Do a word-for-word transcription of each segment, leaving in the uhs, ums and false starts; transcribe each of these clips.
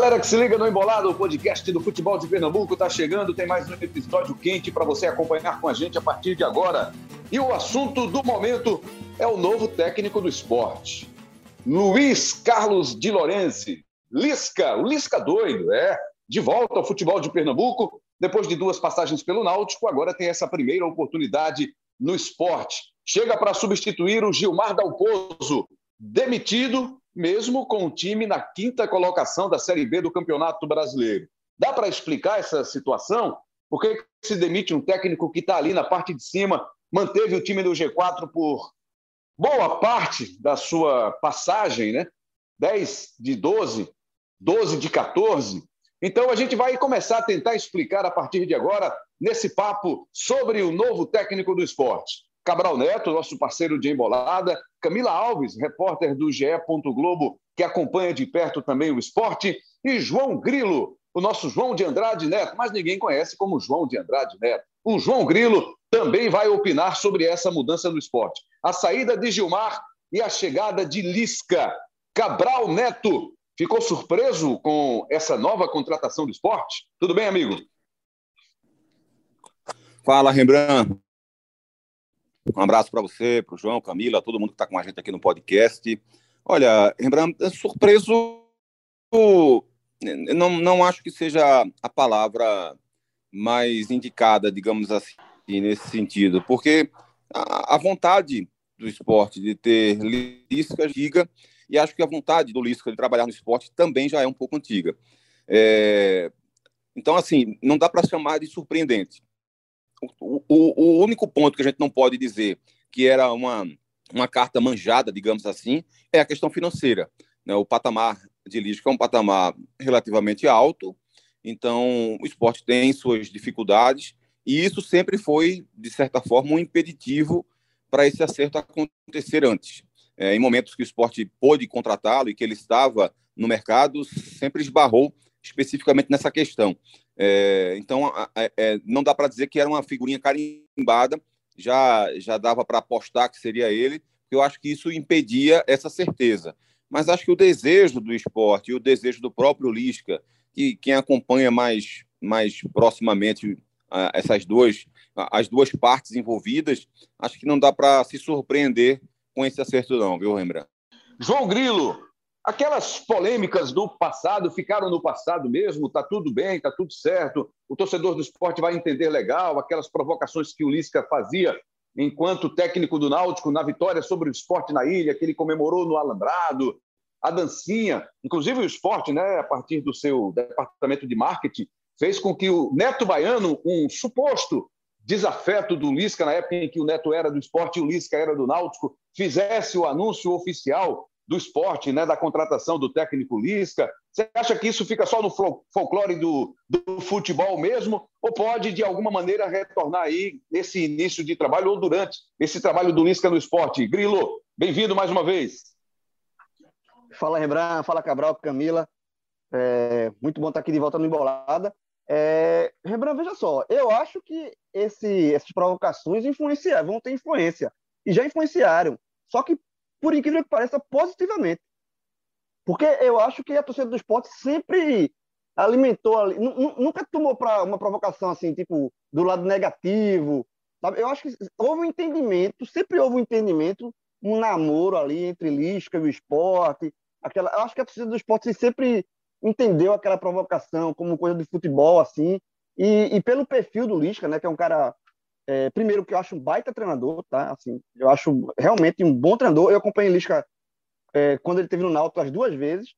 Galera que se liga no Embolado, o podcast do futebol de Pernambuco está chegando, tem mais um episódio quente para você acompanhar com a gente a partir de agora. E o assunto do momento é o novo técnico do esporte, Luiz Carlos de Lorenzi. Lisca, o Lisca doido, é, de volta ao futebol de Pernambuco, depois de duas passagens pelo Náutico, agora tem essa primeira oportunidade no esporte. Chega para substituir o Gilmar Dalpozo, demitido, mesmo com o time na quinta colocação da Série B do Campeonato Brasileiro. Dá para explicar essa situação? Por que se demite um técnico que está ali na parte de cima, manteve o time do G quatro por boa parte da sua passagem, né? dez de doze, doze de quatorze. Então a gente vai começar a tentar explicar a partir de agora, nesse papo sobre o novo técnico do esporte. Cabral Neto, nosso parceiro de Embolada, Camila Alves, repórter do G E. Globo, que acompanha de perto também o esporte, e João Grilo, o nosso João de Andrade Neto, mas ninguém conhece como João de Andrade Neto. O João Grilo também vai opinar sobre essa mudança no esporte. A saída de Gilmar e a chegada de Lisca. Cabral Neto, ficou surpreso com essa nova contratação do esporte? Tudo bem, amigo? Fala, Rembrandt. Um abraço para você, para o João, Camila, todo mundo que está com a gente aqui no podcast. Olha, Rembrandt, surpreso, não, não acho que seja a palavra mais indicada, digamos assim, nesse sentido, porque a, a vontade do esporte de ter Lisca é antiga, e acho que a vontade do Lisca de trabalhar no esporte também já é um pouco antiga. É, então, assim, não dá para chamar de surpreendente. O, o, o único ponto que a gente não pode dizer que era uma, uma carta manjada, digamos assim, é a questão financeira, né? O patamar de Lisca é um patamar relativamente alto, então o esporte tem suas dificuldades, e isso sempre foi, de certa forma, um impeditivo para esse acerto acontecer antes. É, em momentos que o esporte pôde contratá-lo e que ele estava no mercado, sempre esbarrou especificamente nessa questão. É, então, é, não dá para dizer que era uma figurinha carimbada, já, já dava para apostar que seria ele, porque eu acho que isso impedia essa certeza. Mas acho que o desejo do esporte e o desejo do próprio Lisca, que quem acompanha mais, mais proximamente uh, essas duas, as duas partes envolvidas, acho que não dá para se surpreender com esse acerto não, viu, Rembrandt? João Grilo, aquelas polêmicas do passado ficaram no passado mesmo, está tudo bem, está tudo certo, o torcedor do esporte vai entender legal, aquelas provocações que o Lisca fazia enquanto técnico do Náutico na vitória sobre o Sport na Ilha, que ele comemorou no Alambrado, a dancinha, inclusive o esporte, né, a partir do seu departamento de marketing, fez com que o Neto Baiano, um suposto desafeto do Lisca na época em que o Neto era do esporte e o Lisca era do Náutico, fizesse o anúncio oficial do esporte, né, da contratação do técnico Lisca. Você acha que isso fica só no folclore do, do futebol mesmo, ou pode, de alguma maneira, retornar aí nesse início de trabalho ou durante esse trabalho do Lisca no esporte? Grilo, bem-vindo mais uma vez. Fala, Rembrandt, fala, Cabral, Camila. É muito bom estar aqui de volta no Embolada. É, Rembrandt, veja só, eu acho que esse, essas provocações influenciam, vão ter influência, e já influenciaram, só que, por incrível que pareça, positivamente. Porque eu acho que a torcida do esporte sempre alimentou, nunca tomou para uma provocação assim, tipo, do lado negativo, sabe? Eu acho que houve um entendimento, sempre houve um entendimento, um namoro ali entre Lisca e o esporte. Aquela, eu acho que a torcida do esporte sempre entendeu aquela provocação como coisa de futebol, assim, e, e pelo perfil do Lisca, né, que é um cara, é, primeiro, que eu acho um baita treinador, tá? Assim, eu acho realmente um bom treinador. Eu acompanhei Lisca é, quando ele esteve no Náutico as duas vezes,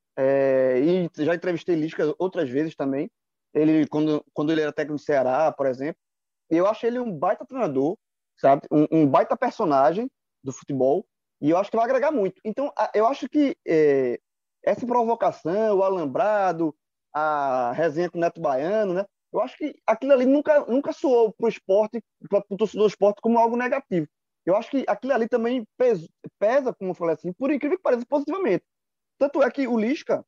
é, e já entrevistei Lisca outras vezes também, ele, quando, quando ele era técnico do Ceará, por exemplo. Eu acho ele um baita treinador, sabe? Um, um baita personagem do futebol, e eu acho que vai agregar muito. Então, eu acho que é, essa provocação, o alambrado, a resenha com o Neto Baiano, né? Eu acho que aquilo ali nunca, nunca soou para o esporte, para o torcedor do esporte, como algo negativo. Eu acho que aquilo ali também pesa, pesa, como eu falei assim, por incrível que pareça, positivamente. Tanto é que o Lisca,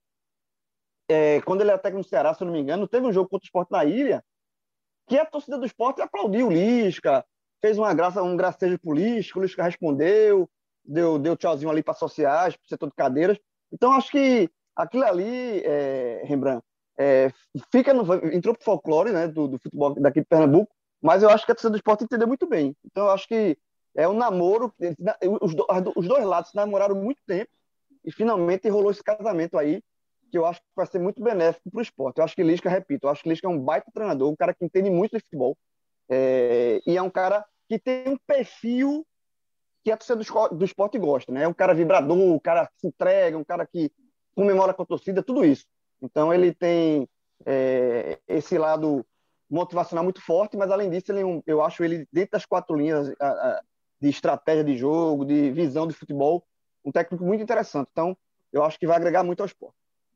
é, quando ele era técnico do Ceará, se eu não me engano, teve um jogo contra o Sport na Ilha, que a torcida do esporte aplaudiu o Lisca, fez uma graça, um gracejo político, o Lisca respondeu, deu, deu tchauzinho ali para sociais, para o setor de cadeiras. Então, acho que aquilo ali, é, Rembrandt, é, fica no, entrou pro folclore, né, do, do futebol daqui de Pernambuco, mas eu acho que a torcida do Sport entendeu muito bem. Então eu acho que é um namoro, os, do, os dois lados se namoraram muito tempo e finalmente rolou esse casamento aí, que eu acho que vai ser muito benéfico para o esporte. Eu acho que Lisca, repito, eu acho que Lisca é um baita treinador, um cara que entende muito de futebol, é, e é um cara que tem um perfil que a torcida do, do esporte gosta, né? É um cara vibrador, um cara que se entrega, um cara que comemora com a torcida, tudo isso. Então ele tem é, esse lado motivacional muito forte, mas além disso, ele é um, eu acho ele, dentro das quatro linhas a, a, de estratégia de jogo, de visão de futebol, um técnico muito interessante. Então, eu acho que vai agregar muito ao esporte.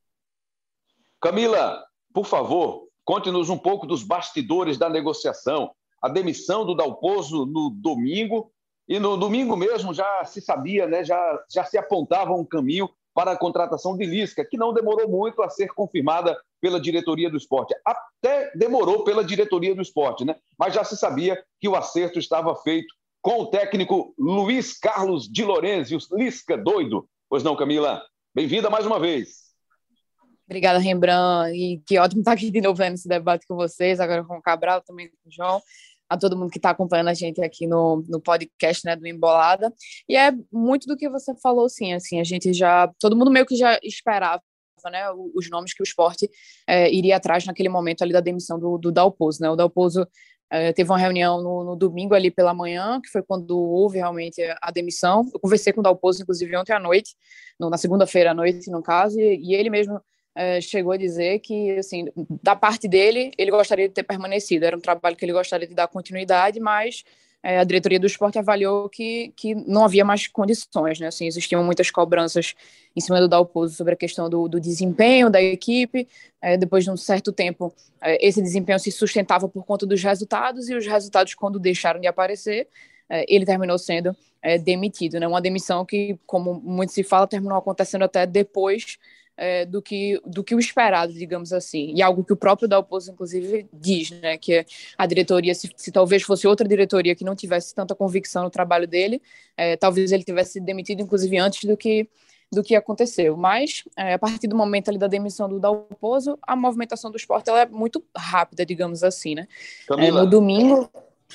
Camila, por favor, conte-nos um pouco dos bastidores da negociação. A demissão do Dalpozo no domingo, e no domingo mesmo já se sabia, né, já, já se apontava um caminho para a contratação de Lisca, que não demorou muito a ser confirmada pela diretoria do esporte. Até demorou pela diretoria do esporte, né? Mas já se sabia que o acerto estava feito com o técnico Luiz Carlos de Lorenzi, o Lisca doido. Pois não, Camila? Bem-vinda mais uma vez. Obrigada, Rembrandt, e que ótimo estar aqui de novo nesse debate com vocês, agora com o Cabral, também com o João, a todo mundo que está acompanhando a gente aqui no, no podcast, né, do Embolada. E é muito do que você falou, sim, assim, a gente já, todo mundo meio que já esperava, né, os nomes que o esporte é, iria atrás naquele momento ali da demissão do, do Dalpozo, né, o Dalpozo é, teve uma reunião no, no domingo ali pela manhã, que foi quando houve realmente a demissão. Eu conversei com o Dalpozo, inclusive, ontem à noite, no, na segunda-feira à noite, no caso, e, e ele mesmo É, chegou a dizer que, assim, da parte dele, ele gostaria de ter permanecido. Era um trabalho que ele gostaria de dar continuidade, mas é, a diretoria do esporte avaliou que, que não havia mais condições, né? Assim, existiam muitas cobranças em cima do Dalpozo sobre a questão do, do desempenho da equipe. É, depois de um certo tempo, é, esse desempenho se sustentava por conta dos resultados, e os resultados, quando deixaram de aparecer, é, ele terminou sendo é, demitido, né? Uma demissão que, como muito se fala, terminou acontecendo até depois É, do, que, do que o esperado, digamos assim, e algo que o próprio Dalpozo, inclusive, diz, né, que a diretoria, se, se talvez fosse outra diretoria que não tivesse tanta convicção no trabalho dele, é, talvez ele tivesse sido demitido, inclusive, antes do que, do que aconteceu, mas é, a partir do momento ali da demissão do Dalpozo, a movimentação do esporte ela é muito rápida, digamos assim, né. Camila, é, no domingo...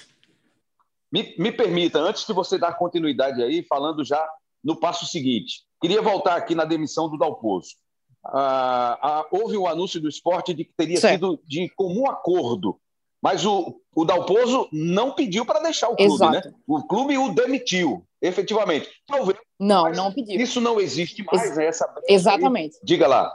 Me, me permita, antes de você dar continuidade aí, falando já no passo seguinte, queria voltar aqui na demissão do Dalpozo. Ah, ah, houve um anúncio do esporte de que teria certo. sido de comum acordo, mas o, o Dalpozo não pediu para deixar o clube, Exato. né? O clube o demitiu, efetivamente. Talvez, não, não pediu. Isso não existe mais, Ex- né? Essa Exatamente. Aí. Diga lá.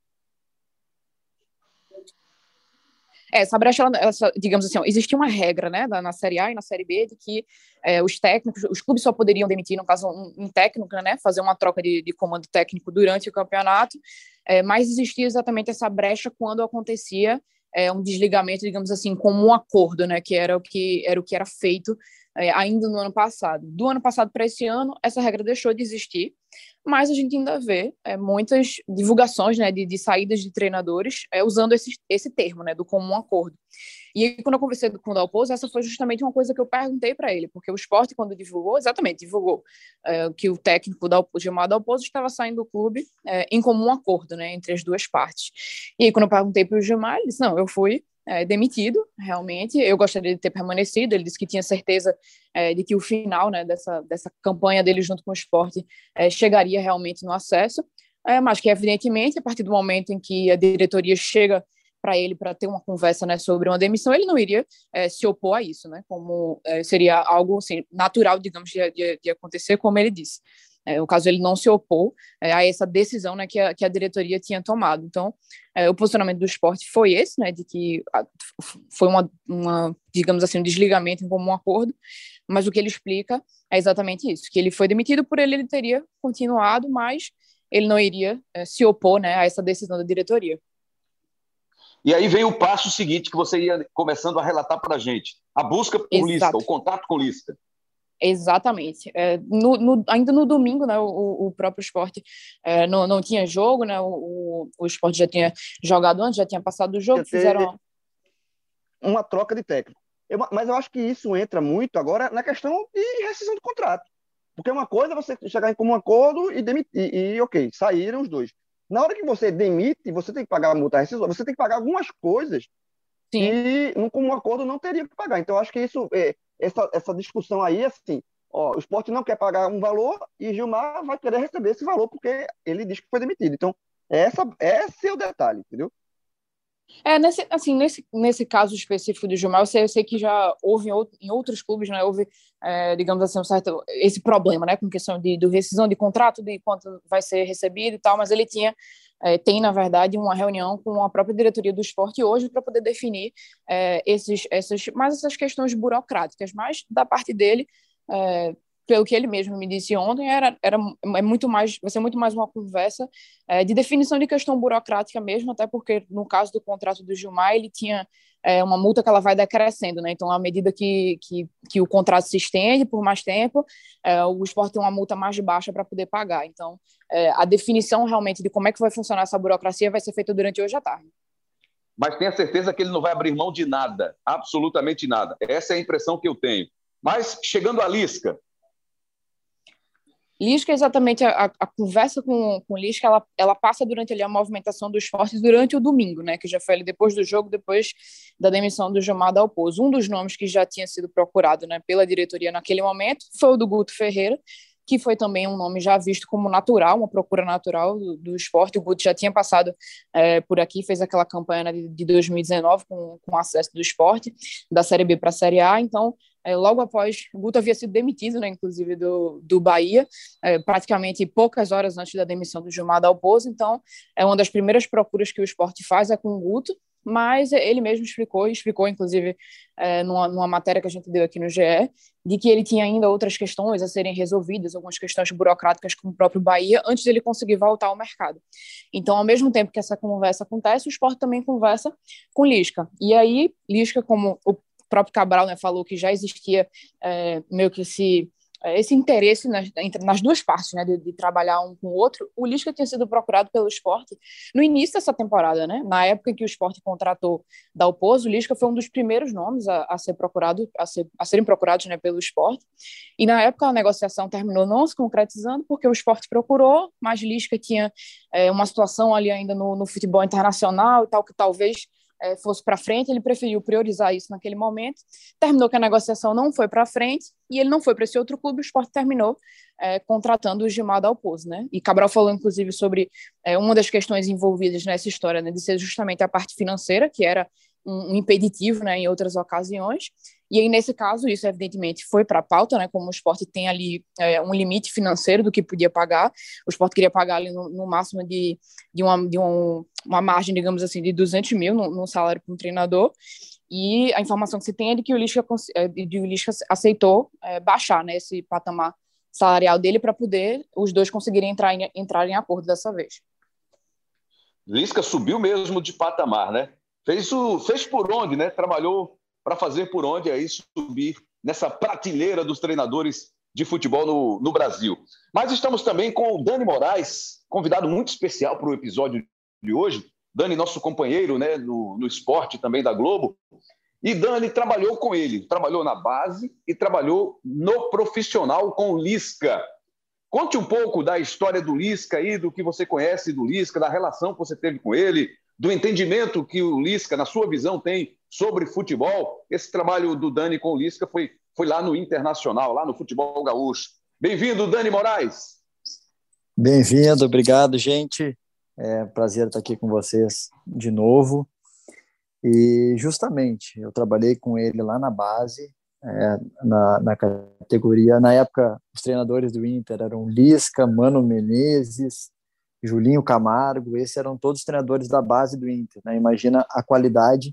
Essa brecha, essa, digamos assim, existia uma regra, né, na Série A e na Série B de que é, os técnicos, os clubes só poderiam demitir, no caso, um, um técnico, né, fazer uma troca de, de comando técnico durante o campeonato, é, mas existia exatamente essa brecha quando acontecia é, um desligamento, digamos assim, como um acordo, né, que era o que era, o que era feito é, ainda no ano passado. Do ano passado para esse ano, essa regra deixou de existir, mas a gente ainda vê é, muitas divulgações, né, de, de saídas de treinadores é, usando esse, esse termo, né, do comum acordo. E aí, quando eu conversei com o Dalpozo, essa foi justamente uma coisa que eu perguntei para ele, porque o esporte, quando divulgou, exatamente, divulgou é, que o técnico Dalpozo, Gilmar Dalpozo estava saindo do clube é, em comum acordo, né, entre as duas partes. E aí, quando eu perguntei para o Gilmar, ele disse, não, eu fui É, demitido, realmente, eu gostaria de ter permanecido, ele disse que tinha certeza é, de que o final, né, dessa, dessa campanha dele junto com o esporte é, chegaria realmente no acesso, é, mas que evidentemente, a partir do momento em que a diretoria chega para ele para ter uma conversa, né, sobre uma demissão, ele não iria é, se opor a isso, né, como é, seria algo assim, natural, digamos, de, de, de acontecer, como ele disse. É, no caso, ele não se opôs é, a essa decisão, né, que, a, que a diretoria tinha tomado. Então, é, o posicionamento do esporte foi esse, né, de que a, foi uma, uma, digamos assim, um desligamento em comum acordo, mas o que ele explica é exatamente isso, que ele foi demitido, por ele ele teria continuado, mas ele não iria é, se opor, né, a essa decisão da diretoria. E aí veio o passo seguinte que você ia começando a relatar para a gente, a busca por Exato. Lisca, o contato com Lisca. Exatamente. É, no, no, ainda no domingo, né, o, o próprio esporte é, não, não tinha jogo, né, o, o esporte já tinha jogado antes, já tinha passado o jogo, fizeram... Uma troca de técnico. Eu, mas eu acho que isso entra muito agora na questão de rescisão de contrato. Porque uma coisa é você chegar em comum acordo e demitir, e, e ok, saíram os dois. Na hora que você demite, você tem que pagar a multa rescisória, você tem que pagar algumas coisas Sim. que, num comum acordo, não teria que pagar. Então, eu acho que isso, é, essa, essa discussão aí, assim, ó, o esporte não quer pagar um valor e Gilmar vai querer receber esse valor porque ele diz que foi demitido. Então, essa, esse é o detalhe, entendeu? É, nesse, assim, nesse, nesse caso específico do Gilmar, eu sei, eu sei que já houve em, out, em outros clubes, né, houve, é, digamos assim, um certo, esse problema, né, com questão de, de rescisão de contrato, de quanto vai ser recebido e tal, mas ele tinha, é, tem, na verdade, uma reunião com a própria diretoria do esporte hoje para poder definir é, esses, essas, mais essas questões burocráticas, mas da parte dele, é, pelo que ele mesmo me disse ontem, era, era é muito mais, vai ser muito mais uma conversa é, de definição de questão burocrática mesmo, até porque no caso do contrato do Gilmar, ele tinha é, uma multa que ela vai decrescendo, né? Então, à medida que, que, que o contrato se estende por mais tempo, é, o esporte tem uma multa mais baixa para poder pagar. Então, é, a definição realmente de como é que vai funcionar essa burocracia vai ser feita durante hoje à tarde. Mas tenha certeza que ele não vai abrir mão de nada, absolutamente nada. Essa é a impressão que eu tenho. Mas, chegando à Lisca, Lisca, exatamente, a, a conversa com, com Lisca, ela, ela passa durante ali, a movimentação do esporte durante o domingo, né, que já foi ali depois do jogo, depois da demissão do Gilmar Dalpozo. Um dos nomes que já tinha sido procurado, né, pela diretoria naquele momento foi o do Guto Ferreira, que foi também um nome já visto como natural, uma procura natural do, do esporte. O Guto já tinha passado é, por aqui, fez aquela campanha, né, de, de dois mil e dezenove com, com acesso do esporte, da Série B para a Série A, então é, logo após, o Guto havia sido demitido, né, inclusive do, do Bahia, é, praticamente poucas horas antes da demissão do Gilmar Dalpozo, então é uma das primeiras procuras que o esporte faz é com o Guto, mas ele mesmo explicou, e explicou inclusive é, numa, numa matéria que a gente deu aqui no G E, de que ele tinha ainda outras questões a serem resolvidas, algumas questões burocráticas com o próprio Bahia, antes de ele conseguir voltar ao mercado. Então, ao mesmo tempo que essa conversa acontece, o esporte também conversa com Lisca. E aí, Lisca, como o próprio Cabral, né, falou que já existia é, meio que esse, esse interesse nas, nas duas partes, né, de, de trabalhar um com o outro. O Lisca tinha sido procurado pelo esporte no início dessa temporada, né? Na época em que o esporte contratou Dalpozo, o Lisca foi um dos primeiros nomes a, a ser procurado, a, ser, a serem procurados, né, pelo esporte. E na época a negociação terminou não se concretizando porque o esporte procurou, mas Lisca tinha é, uma situação ali ainda no, no futebol internacional e tal, que talvez É, fosse para frente, ele preferiu priorizar isso naquele momento, terminou que a negociação não foi para frente, e ele não foi para esse outro clube, o esporte terminou é, contratando o Gilmar Dalpozo, né? E Cabral falou, inclusive, sobre é, uma das questões envolvidas nessa história, né, de ser justamente a parte financeira, que era um, um impeditivo, né, em outras ocasiões, e aí, nesse caso, isso, evidentemente, foi para a pauta, né, como o esporte tem ali é, um limite financeiro do que podia pagar, o esporte queria pagar ali no, no máximo de, de, uma, de um, uma margem, digamos assim, de duzentos mil no, no salário para um treinador, e a informação que se tem é de que o Lisca, de o Lisca aceitou é, baixar, né, esse patamar salarial dele para poder os dois conseguirem entrar em, entrar em acordo dessa vez. Lisca subiu mesmo de patamar, né? Fez, o, fez por onde, né? Trabalhou para fazer por onde aí subir nessa prateleira dos treinadores de futebol no, no Brasil. Mas estamos também com o Dani Moraes, convidado muito especial para o episódio de hoje. Dani, nosso companheiro, né, no, no esporte também da Globo. E Dani trabalhou com ele, trabalhou na base e trabalhou no profissional com o Lisca. Conte um pouco da história do Lisca aí, do que você conhece do Lisca, da relação que você teve com ele, do entendimento que o Lisca, na sua visão, tem sobre futebol. Esse trabalho do Dani com o Lisca foi, foi lá no Internacional, lá no futebol gaúcho. Bem-vindo, Dani Moraes. Bem-vindo, obrigado, gente. É um prazer estar aqui com vocês de novo. E, justamente, eu trabalhei com ele lá na base, é, na, na categoria. Na época, os treinadores do Inter eram Lisca, Mano Menezes, Julinho Camargo. Esses eram todos os treinadores da base do Inter, né? Imagina a qualidade.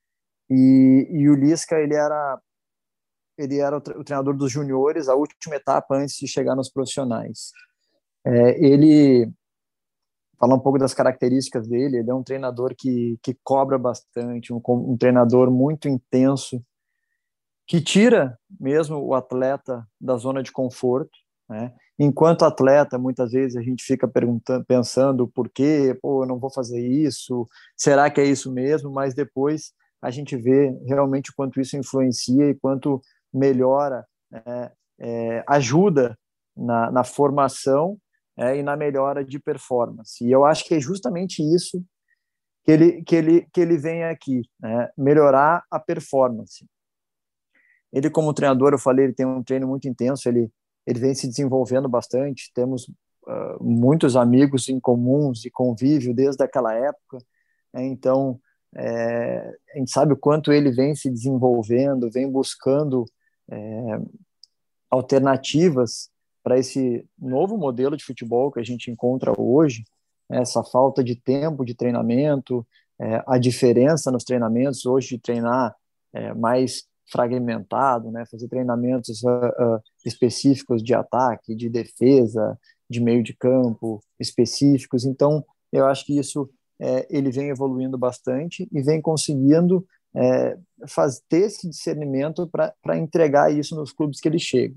E, e o Lisca, ele era, ele era o, o treinador dos juniores, a última etapa antes de chegar nos profissionais. É, ele, falar um pouco das características dele, ele é um treinador que, que cobra bastante, um, um treinador muito intenso, que tira mesmo o atleta da zona de conforto, né? Enquanto atleta, muitas vezes a gente fica perguntando, pensando por quê, pô, eu não vou fazer isso, será que é isso mesmo? Mas depois a gente vê realmente o quanto isso influencia e quanto melhora, é, é, ajuda na, na formação é, e na melhora de performance. E eu acho que é justamente isso que ele, que ele, que ele vem aqui, né? Melhorar a performance. Ele, como treinador, eu falei, ele tem um treino muito intenso, ele, ele vem se desenvolvendo bastante, temos uh, muitos amigos em comuns e convívio desde aquela época, né? Então, é, a gente sabe o quanto ele vem se desenvolvendo, vem buscando é, alternativas para esse novo modelo de futebol que a gente encontra hoje, essa falta de tempo de treinamento, é, a diferença nos treinamentos hoje de treinar é, mais fragmentado, né, fazer treinamentos uh, uh, específicos de ataque, de defesa, de meio de campo, específicos. Então, eu acho que isso é, ele vem evoluindo bastante e vem conseguindo é, faz, ter esse discernimento para entregar isso nos clubes que ele chega.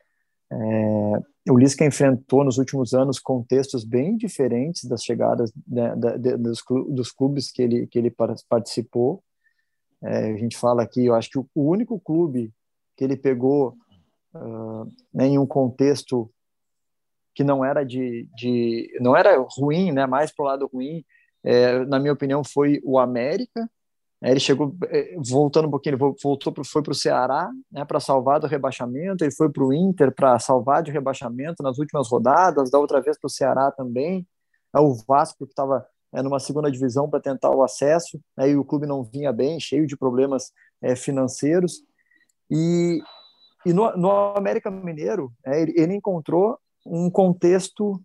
É, o Lisca enfrentou nos últimos anos contextos bem diferentes das chegadas, né, da, de, dos clubes que ele, que ele participou. É, a gente fala aqui, eu acho que o, o único clube que ele pegou uh, né, em um contexto que não era de, de não era ruim, né, mais para o lado ruim, é, na minha opinião, foi o América. É, ele chegou, voltando um pouquinho, ele voltou pro, foi para o Ceará, né, para salvar do rebaixamento, ele foi para o Inter para salvar de rebaixamento nas últimas rodadas, da outra vez para o Ceará também, é, o Vasco que estava é, numa segunda divisão para tentar o acesso, aí né, o clube não vinha bem, cheio de problemas é, financeiros, e, e no, no América Mineiro, é, ele, ele encontrou um contexto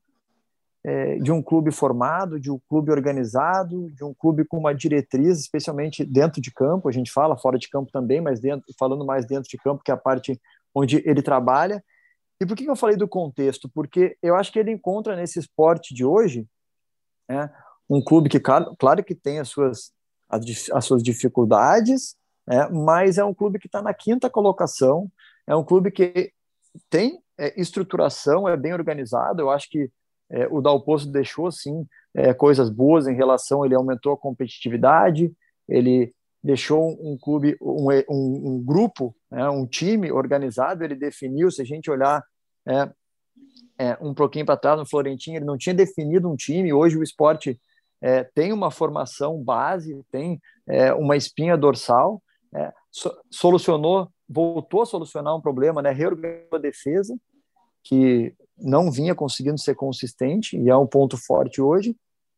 é, de um clube formado, de um clube organizado, de um clube com uma diretriz, especialmente dentro de campo, a gente fala fora de campo também, mas dentro, falando mais dentro de campo, que é a parte onde ele trabalha. E por que eu falei do contexto? Porque eu acho que ele encontra nesse esporte de hoje, né, um clube que, claro, claro que tem as suas, as, as suas dificuldades, né, mas é um clube que está na quinta colocação, é um clube que tem é, estruturação, é bem organizado. Eu acho que é, o Dalpozo deixou, sim, é, coisas boas em relação, ele aumentou a competitividade, ele deixou um clube, um, um, um grupo, né, um time organizado, ele definiu, se a gente olhar é, é, um pouquinho para trás no Florentino, ele não tinha definido um time, hoje o Sport é, tem uma formação base, tem é, uma espinha dorsal, é, so, solucionou, voltou a solucionar um problema, né, reorganizou a defesa, que não vinha conseguindo ser consistente, e é um ponto forte hoje,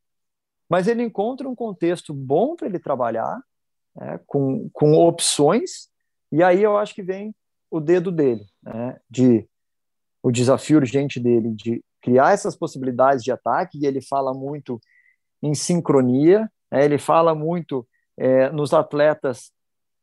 mas ele encontra um contexto bom para ele trabalhar, né, com, com opções, e aí eu acho que vem o dedo dele, né, de, o desafio urgente dele de criar essas possibilidades de ataque, e ele fala muito em sincronia, né, ele fala muito é, nos atletas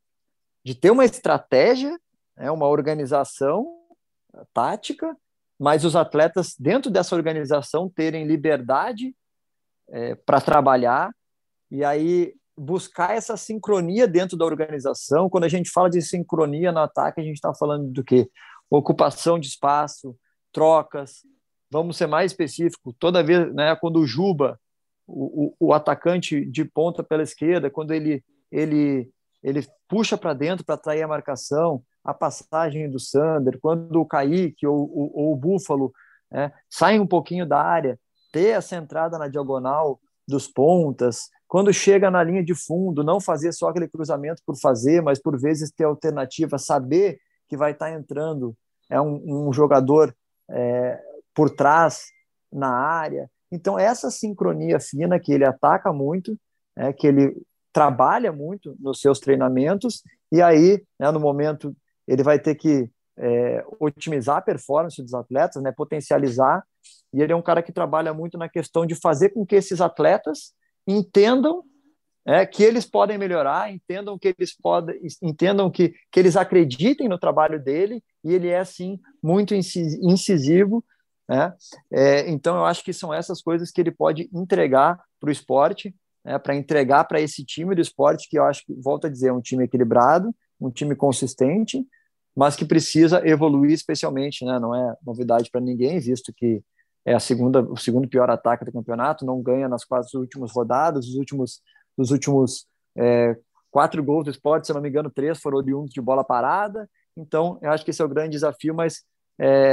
de ter uma estratégia, né, uma organização tática, mas os atletas, dentro dessa organização, terem liberdade é, para trabalhar, e aí buscar essa sincronia dentro da organização. Quando a gente fala de sincronia no ataque, a gente está falando do quê? Ocupação de espaço, trocas. Vamos ser mais específico, toda vez, né, quando o Juba, o, o, o atacante de ponta pela esquerda, quando ele, ele, ele puxa para dentro para atrair a marcação, a passagem do Sander, quando o Kaique ou, ou, ou o Búfalo né, saem um pouquinho da área, ter essa entrada na diagonal dos pontas, quando chega na linha de fundo, não fazer só aquele cruzamento por fazer, mas por vezes ter alternativa, saber que vai estar entrando é um, um jogador é, por trás na área. Então, essa sincronia fina que ele ataca muito, é, que ele trabalha muito nos seus treinamentos, e aí, né, no momento, ele vai ter que é, otimizar a performance dos atletas, né, potencializar, e ele é um cara que trabalha muito na questão de fazer com que esses atletas entendam é, que eles podem melhorar, entendam que eles podem, entendam que, que eles acreditem no trabalho dele, e ele é, assim, muito incisivo, né? É, então, eu acho que são essas coisas que ele pode entregar para o esporte, né, para entregar para esse time do esporte, que eu acho que, volto a dizer, é um time equilibrado, um time consistente, mas que precisa evoluir especialmente, né? Não é novidade para ninguém, visto que é a segunda, o segundo pior ataque do campeonato, não ganha nas quatro últimas rodadas, os últimos, os últimos é, quatro gols do Sport, se eu não me engano, três foram oriundos de bola parada. Então, eu acho que esse é o grande desafio, mas é,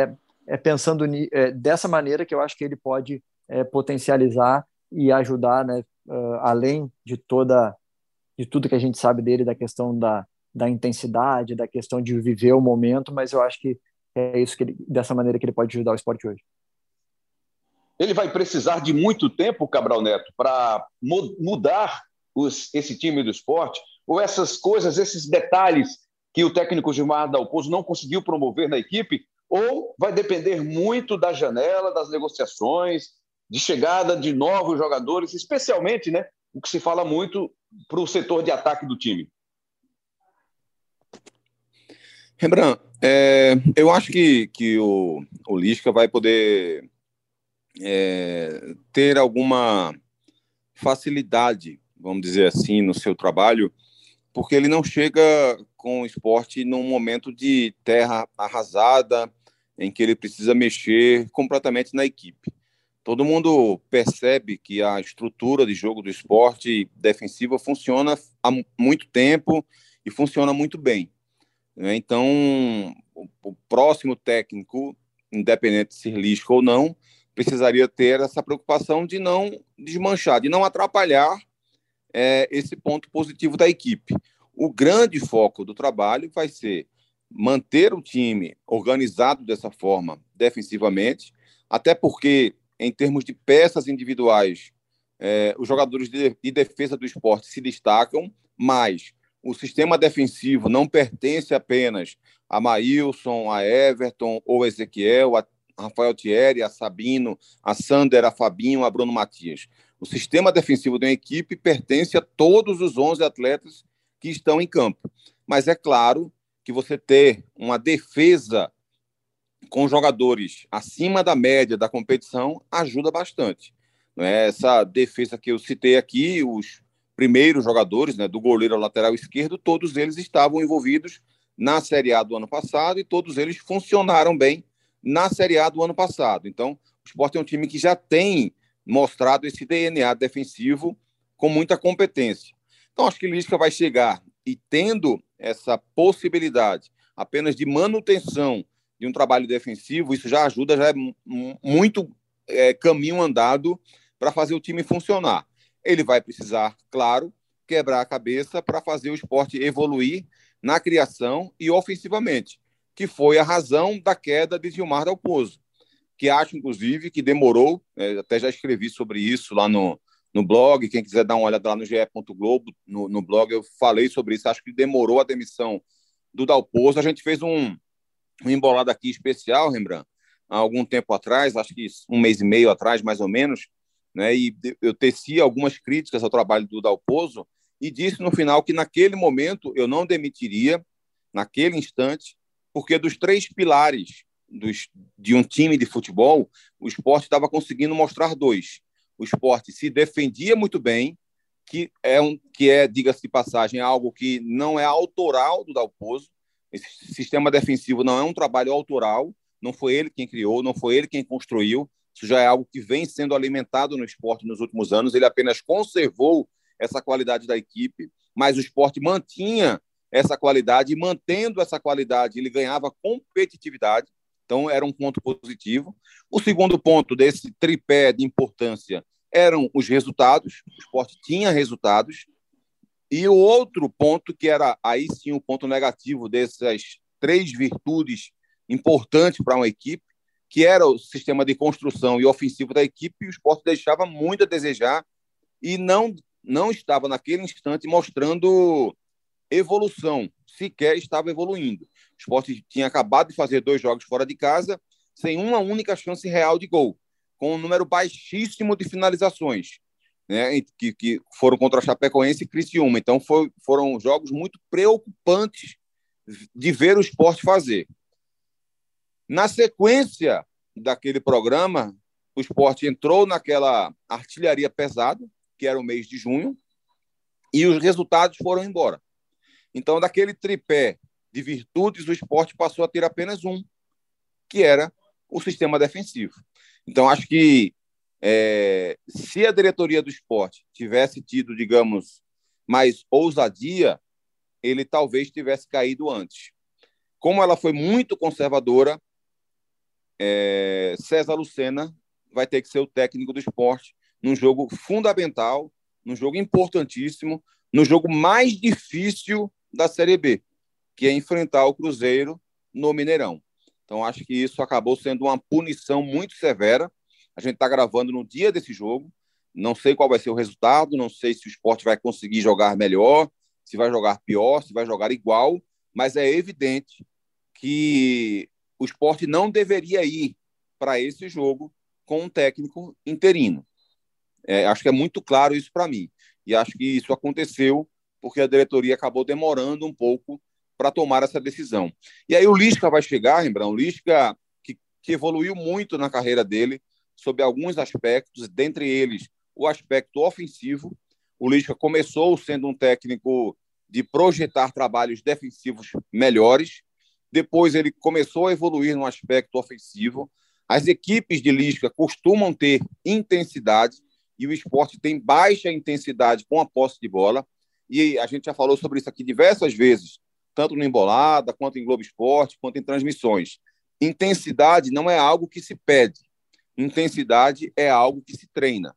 é pensando ni, é, dessa maneira que eu acho que ele pode é, potencializar e ajudar, né, uh, além de toda de tudo que a gente sabe dele, da questão da, da intensidade, da questão de viver o momento, mas eu acho que é isso que ele, dessa maneira que ele pode ajudar o esporte hoje. Ele vai precisar de muito tempo, Cabral Neto, para mudar os, esse time do esporte? Ou essas coisas, esses detalhes que o técnico Gilmar Dalpozo não conseguiu promover na equipe? Ou vai depender muito da janela, das negociações, de chegada de novos jogadores, especialmente, né, o que se fala muito para o setor de ataque do time? Rembrandt, é, eu acho que, que o, o Lisca vai poder é, ter alguma facilidade, vamos dizer assim, no seu trabalho, porque ele não chega com o esporte num momento de terra arrasada, em que ele precisa mexer completamente na equipe. Todo mundo percebe que a estrutura de jogo do esporte defensiva funciona há muito tempo e funciona muito bem. Então, o próximo técnico, independente de ser Lisca ou não, precisaria ter essa preocupação de não desmanchar, de não atrapalhar é, esse ponto positivo da equipe. O grande foco do trabalho vai ser manter o time organizado dessa forma, defensivamente, até porque, em termos de peças individuais, é, os jogadores de, de defesa do esporte se destacam, mas o sistema defensivo não pertence apenas a Maílson, a Everton ou Ezequiel, a Rafael Thierry, a Sabino, a Sander, a Fabinho, a Bruno Matias. O sistema defensivo de uma equipe pertence a todos os onze atletas que estão em campo. Mas é claro que você ter uma defesa com jogadores acima da média da competição ajuda bastante. Essa defesa que eu citei aqui, os primeiros jogadores, né, do goleiro ao lateral esquerdo, todos eles estavam envolvidos na Série A do ano passado e todos eles funcionaram bem na Série A do ano passado. Então, o Sport é um time que já tem mostrado esse D N A defensivo com muita competência. Então, acho que Lisca vai chegar e tendo essa possibilidade apenas de manutenção de um trabalho defensivo, isso já ajuda, já é muito é, caminho andado para fazer o time funcionar. Ele vai precisar, claro, quebrar a cabeça para fazer o esporte evoluir na criação e ofensivamente, que foi a razão da queda de Gilmar Dalpozo, que acho, inclusive, que demorou, é, até já escrevi sobre isso lá no, no blog, quem quiser dar uma olhada lá no ge ponto globo, no, no blog eu falei sobre isso, acho que demorou a demissão do Dalpozo. A gente fez um, um embolado aqui especial, Rembrandt, há algum tempo atrás, acho que um mês e meio atrás, mais ou menos, né, e eu teci algumas críticas ao trabalho do Dalpozo e disse no final que naquele momento eu não demitiria, naquele instante, porque dos três pilares dos, de um time de futebol, o esporte estava conseguindo mostrar dois. O esporte se defendia muito bem, que é, um, que é diga-se de passagem, algo que não é autoral do Dalpozo. Esse sistema defensivo não é um trabalho autoral, não foi ele quem criou, não foi ele quem construiu. Isso já é algo que vem sendo alimentado no esporte nos últimos anos. Ele apenas conservou essa qualidade da equipe, mas o esporte mantinha essa qualidade e, mantendo essa qualidade, ele ganhava competitividade. Então, era um ponto positivo. O segundo ponto desse tripé de importância eram os resultados. O esporte tinha resultados. E o outro ponto, que era aí sim o ponto negativo dessas três virtudes importantes para uma equipe, que era o sistema de construção e ofensivo da equipe, e o esporte deixava muito a desejar e não, não estava, naquele instante, mostrando evolução, sequer estava evoluindo. O esporte tinha acabado de fazer dois jogos fora de casa, sem uma única chance real de gol, com um número baixíssimo de finalizações, né, que, que foram contra a Chapecoense e Criciúma. Então, foi, foram jogos muito preocupantes de ver o esporte fazer. Na sequência daquele programa, o esporte entrou naquela artilharia pesada, que era o mês de junho, e os resultados foram embora. Então, daquele tripé de virtudes, o esporte passou a ter apenas um, que era o sistema defensivo. Então, acho que é, se a diretoria do esporte tivesse tido, digamos, mais ousadia, ele talvez tivesse caído antes. Como ela foi muito conservadora, é, César Lucena vai ter que ser o técnico do Sport num jogo fundamental, num jogo importantíssimo, no jogo mais difícil da Série B, que é enfrentar o Cruzeiro no Mineirão. Então, acho que isso acabou sendo uma punição muito severa. A gente está gravando no dia desse jogo. Não sei qual vai ser o resultado, não sei se o Sport vai conseguir jogar melhor, se vai jogar pior, se vai jogar igual, mas é evidente que o Sport não deveria ir para esse jogo com um técnico interino. É, acho que é muito claro isso para mim. E acho que isso aconteceu porque a diretoria acabou demorando um pouco para tomar essa decisão. E aí o Lisca vai chegar, Rembrandt, o Lisca que, que evoluiu muito na carreira dele, sob alguns aspectos, dentre eles o aspecto ofensivo. O Lisca começou sendo um técnico de projetar trabalhos defensivos melhores, depois ele começou a evoluir no aspecto ofensivo. As equipes de Lisca costumam ter intensidade, e o Sport tem baixa intensidade com a posse de bola, e a gente já falou sobre isso aqui diversas vezes, tanto no Embolada, quanto em Globo Esporte, quanto em transmissões. Intensidade não é algo que se pede, intensidade é algo que se treina.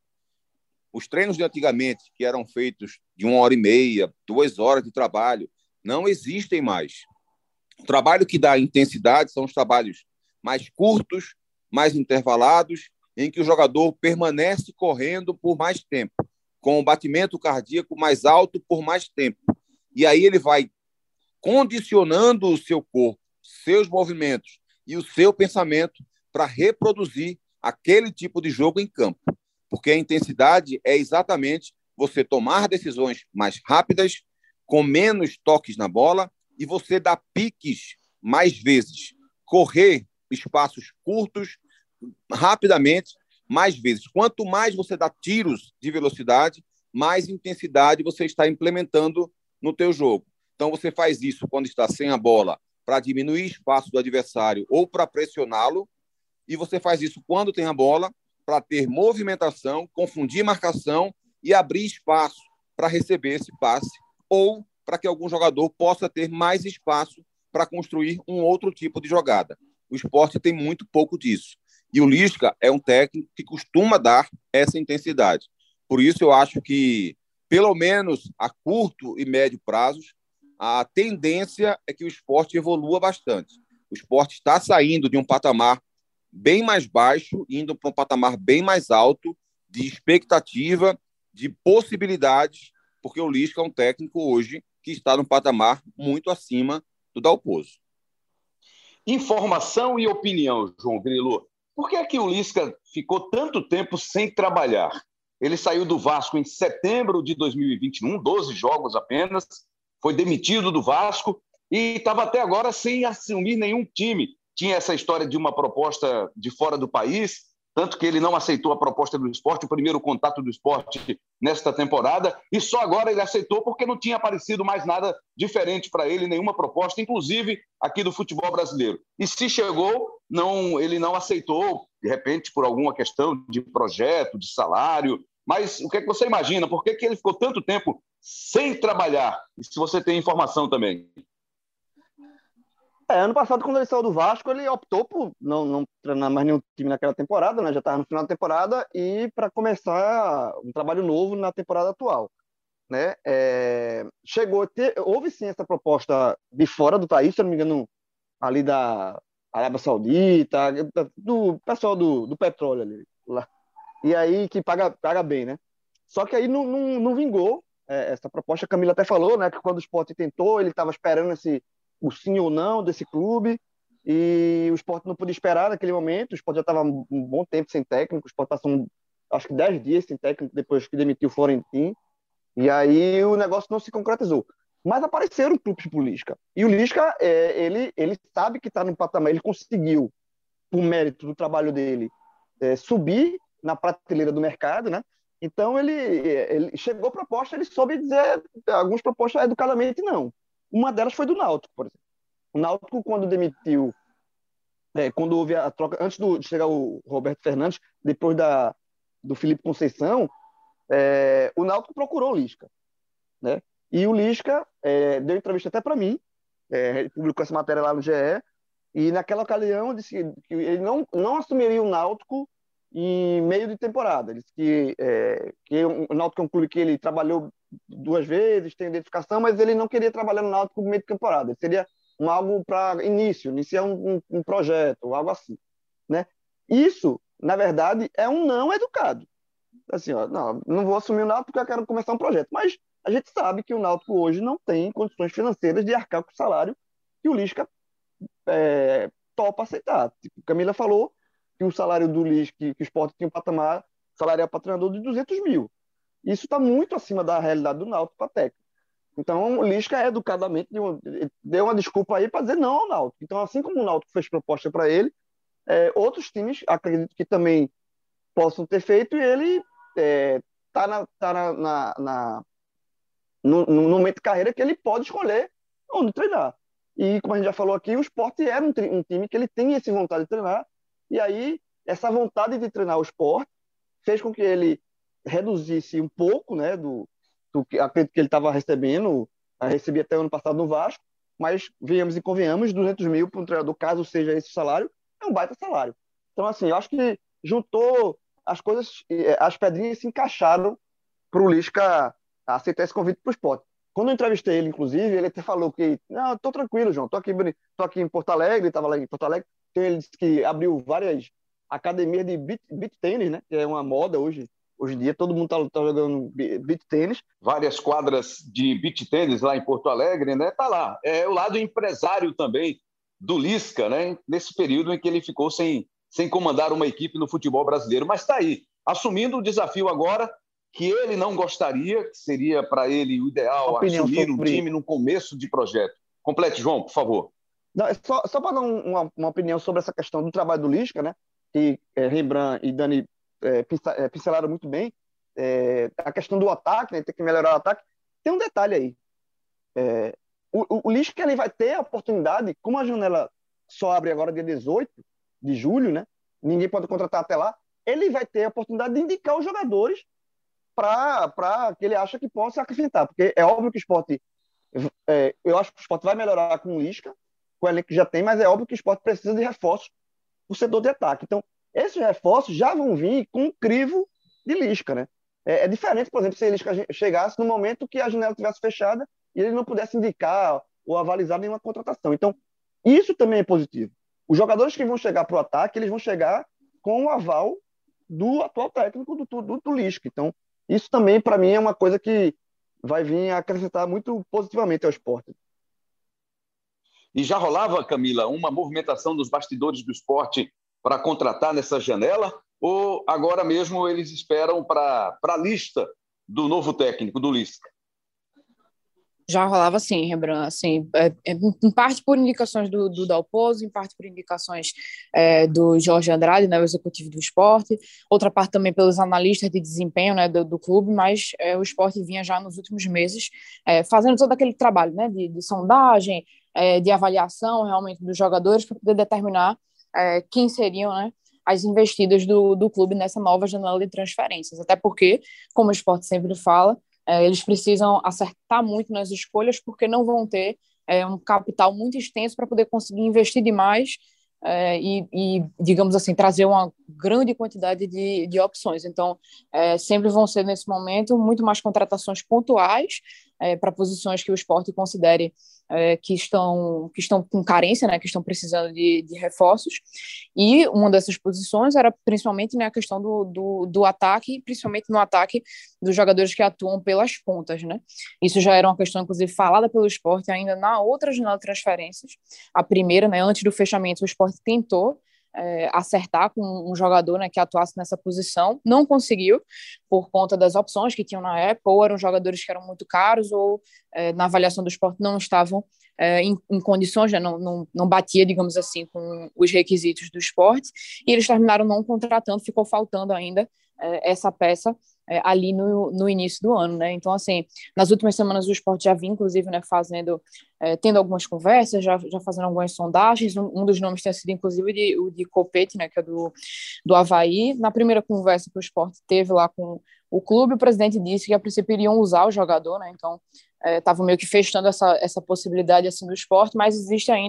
Os treinos de antigamente, que eram feitos de uma hora e meia, duas horas de trabalho, não existem mais. O trabalho que dá intensidade são os trabalhos mais curtos, mais intervalados, em que o jogador permanece correndo por mais tempo, com o batimento cardíaco mais alto por mais tempo. E aí ele vai condicionando o seu corpo, seus movimentos e o seu pensamento para reproduzir aquele tipo de jogo em campo. Porque a intensidade é exatamente você tomar decisões mais rápidas, com menos toques na bola, e você dar piques mais vezes. Correr espaços curtos, rapidamente, mais vezes. Quanto mais você dá tiros de velocidade, mais intensidade você está implementando no teu jogo. Então, você faz isso quando está sem a bola para diminuir o espaço do adversário ou para pressioná-lo, e você faz isso quando tem a bola para ter movimentação, confundir marcação e abrir espaço para receber esse passe, ou para que algum jogador possa ter mais espaço para construir um outro tipo de jogada. O Sport tem muito pouco disso. E o Lisca é um técnico que costuma dar essa intensidade. Por isso, eu acho que, pelo menos a curto e médio prazos, a tendência é que o Sport evolua bastante. O Sport está saindo de um patamar bem mais baixo, indo para um patamar bem mais alto, de expectativa, de possibilidades, porque o Lisca é um técnico hoje que está num patamar muito acima do Dalpozo. Informação e opinião, João Grilo. Por que é que o Lisca ficou tanto tempo sem trabalhar? Ele saiu do Vasco em setembro de dois mil e vinte e um, doze jogos apenas, foi demitido do Vasco e estava até agora sem assumir nenhum time. Tinha essa história de uma proposta de fora do país, tanto que ele não aceitou a proposta do Sport, o primeiro contato do Sport nesta temporada, e só agora ele aceitou porque não tinha aparecido mais nada diferente para ele, nenhuma proposta, inclusive aqui do futebol brasileiro. E se chegou, não, ele não aceitou, de repente, por alguma questão de projeto, de salário. Mas o que é que você imagina? Por que que ele ficou tanto tempo sem trabalhar? E se você tem informação também. É, ano passado, quando ele saiu do Vasco, ele optou por não, não treinar mais nenhum time naquela temporada, né? Já estava no final da temporada, e para começar um trabalho novo na temporada atual, né? É, chegou a ter, houve sim essa proposta de fora do país, se eu não me engano, ali da Arábia Saudita, do pessoal do, do petróleo ali, lá. E aí que paga, paga bem, né? Só que aí não, não, não vingou é, essa proposta. A Camila até falou, né, que quando o Sport tentou, ele estava esperando esse, o sim ou não desse clube, e o Sport não podia esperar naquele momento. O Sport já estava um bom tempo sem técnico, o Sport passou, um, acho que dez dias sem técnico depois que demitiu o Florentino, e aí o negócio não se concretizou. Mas apareceram clubes pro Lisca. E o Lisca, é, ele, ele sabe que está no patamar, ele conseguiu, por mérito do trabalho dele, é, subir na prateleira do mercado, né? Então ele, ele chegou a proposta, ele soube dizer algumas propostas educadamente não. Uma delas foi do Náutico, por exemplo. O Náutico, quando demitiu, é, quando houve a troca, antes do, de chegar o Roberto Fernandes, depois da, do Felipe Conceição, é, o Náutico procurou o Lisca, né? E o Lisca é, deu entrevista até para mim, é, ele publicou essa matéria lá no G E, E naquela ocasião disse que ele não, não assumiria o Náutico em meio de temporada. Ele disse que, é, que o Náutico é um clube que ele trabalhou duas vezes, tem identificação, mas ele não queria trabalhar no Náutico no meio de temporada. Ele seria um, algo para início, iniciar um, um, um projeto, algo assim, né? Isso, na verdade, é um não educado. Assim, ó, não, não vou assumir o Náutico porque eu quero começar um projeto. Mas a gente sabe que o Náutico hoje não tem condições financeiras de arcar com o salário que o Lisca é, topa aceitar. Tipo, Camila falou que o salário do Lisca, que, que o Sport tinha um patamar salarial para treinador de duzentos mil. Isso está muito acima da realidade do Náutico para técnico. Então, o Lisca, educadamente, deu, deu uma desculpa aí para dizer não ao Náutico. Então, assim como o Náutico fez proposta para ele, é, outros times, acredito que também possam ter feito, e ele está é, na, tá na, na, na, no, no momento de carreira que ele pode escolher onde treinar. E, como a gente já falou aqui, o Sport era um, um time que ele tem essa vontade de treinar, e aí essa vontade de treinar o Sport fez com que ele reduzisse um pouco, né, do, do que acredito que ele estava recebendo, recebia até o ano passado no Vasco, mas venhamos e convenhamos, duzentos mil para um treinador, caso seja esse salário, é um baita salário. Então, assim, eu acho que juntou as coisas, as pedrinhas se encaixaram para o Lisca aceitar esse convite para o Sport. Quando eu entrevistei ele, inclusive, ele até falou que, não, estou tranquilo, João, estou aqui, tô aqui em Porto Alegre, estava lá em Porto Alegre, então ele disse que abriu várias academias de beat, beat tênis, né, que é uma moda hoje, hoje em dia, todo mundo está tá jogando beat tênis. Várias quadras de beat tênis lá em Porto Alegre, né, tá lá. É o lado empresário também do Lisca, né, nesse período em que ele ficou sem, sem comandar uma equipe no futebol brasileiro, mas está aí, assumindo o desafio agora que ele não gostaria, que seria para ele o ideal assumir um time no começo de projeto. Complete, João, por favor. Não, só só para dar uma, uma opinião sobre essa questão do trabalho do Lisca, né, que é, Rembrandt e Dani é, pincelaram muito bem, é, a questão do ataque, né, tem que melhorar o ataque. Tem um detalhe aí. É, o, o Lisca ele vai ter a oportunidade, como a janela só abre agora dia dezoito de julho, né, ninguém pode contratar até lá, ele vai ter a oportunidade de indicar os jogadores para que ele acha que possa acrescentar, porque é óbvio que o Sport, é, eu acho que o Sport vai melhorar com o Lisca, com o elenco que já tem, mas é óbvio que o Sport precisa de reforços no setor de ataque. Então, esses reforços já vão vir com um crivo de Lisca, né? É, é diferente, por exemplo, se Lisca chegasse no momento que a janela estivesse fechada e ele não pudesse indicar ou avalizar nenhuma contratação. Então, isso também é positivo. Os jogadores que vão chegar para o ataque, eles vão chegar com o aval do atual técnico do, do, do Lisca. Então, isso também, para mim, é uma coisa que vai vir a acrescentar muito positivamente ao esporte. E já rolava, Camila, uma movimentação dos bastidores do esporte para contratar nessa janela? Ou agora mesmo eles esperam para a lista do novo técnico, do Lisca? Já rolava sim, Rembrandt, assim, é, é, em parte por indicações do, do Dalpozo, em parte por indicações é, do Jorge Andrade, né, o executivo do esporte, outra parte também pelos analistas de desempenho, né, do, do clube, mas é, o esporte vinha já nos últimos meses é, fazendo todo aquele trabalho, né, de, de sondagem, é, de avaliação realmente dos jogadores para poder determinar é, quem seriam, né, as investidas do, do clube nessa nova janela de transferências, até porque, como o esporte sempre fala, É, eles precisam acertar muito nas escolhas porque não vão ter é, um capital muito extenso para poder conseguir investir demais é, e, e, digamos assim, trazer uma grande quantidade de, de opções. Então, é, sempre vão ser, nesse momento, muito mais contratações pontuais é, para posições que o esporte considere é, que, estão, que estão com carência, né, que estão precisando de, de reforços. E uma dessas posições era principalmente, né, a questão do, do, do ataque, principalmente no ataque dos jogadores que atuam pelas pontas, né? Isso já era uma questão, inclusive, falada pelo esporte ainda na outra janela de transferências. A primeira, né, antes do fechamento, o esporte tentou é, acertar com um jogador, né, que atuasse nessa posição, não conseguiu por conta das opções que tinham na época, ou eram jogadores que eram muito caros, ou é, na avaliação do esporte não estavam é, em, em condições, né, não, não, não batia, digamos assim, com os requisitos do esporte, e eles terminaram não contratando, ficou faltando ainda é, essa peça É, ali no, no início do ano, né? Então, assim, nas últimas semanas o esporte já vinha, inclusive, né, fazendo, é, tendo algumas conversas, já, já fazendo algumas sondagens, um, um dos nomes tem sido, inclusive, de, o de Copete, né, que é do, do Avaí. Na primeira conversa que o esporte teve lá com o clube, o presidente disse que, a princípio, iriam usar o jogador, né? Então, estavam é, meio que fechando essa, essa possibilidade, assim, do esporte, mas existe ainda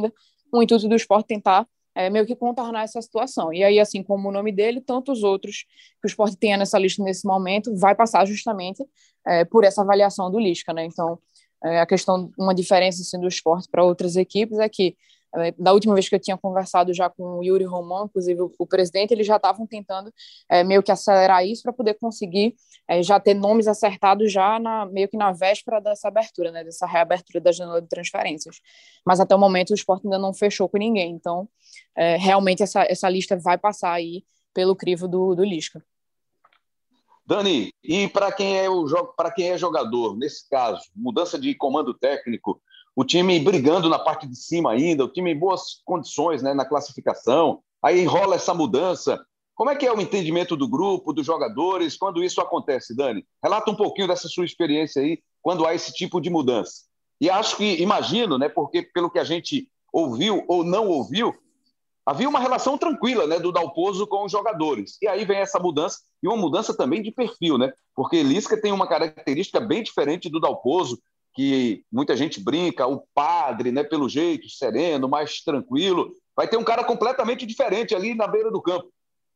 o intuito do Sport tentar é, meio que contornar essa situação. E aí, assim como o nome dele, tantos outros que o Sport tenha nessa lista nesse momento, vai passar justamente é, por essa avaliação do Lisca, né? Então, é, a questão, uma diferença assim, do Sport para outras equipes é que, é, da última vez que eu tinha conversado já com o Yuri Romão, inclusive o, o presidente, eles já estavam tentando é, meio que acelerar isso para poder conseguir é, já ter nomes acertados já na, meio que na véspera dessa abertura, né? Dessa reabertura da janela de transferências. Mas até o momento o Sport ainda não fechou com ninguém, então é, realmente essa, essa lista vai passar aí pelo crivo do, do Lisca. Dani, e para quem é o para quem é jogador, nesse caso, mudança de comando técnico, o time brigando na parte de cima ainda, o time em boas condições, né, na classificação, aí rola essa mudança. Como é que é o entendimento do grupo, dos jogadores, quando isso acontece, Dani? Relata um pouquinho dessa sua experiência aí, quando há esse tipo de mudança. E acho que, imagino, né, porque pelo que a gente ouviu ou não ouviu, havia uma relação tranquila, né, do Dalpozo com os jogadores. E aí vem essa mudança, e uma mudança também de perfil, né? Porque Lisca tem uma característica bem diferente do Dalpozo, que muita gente brinca, o padre, né, pelo jeito, sereno, mais tranquilo. Vai ter um cara completamente diferente ali na beira do campo.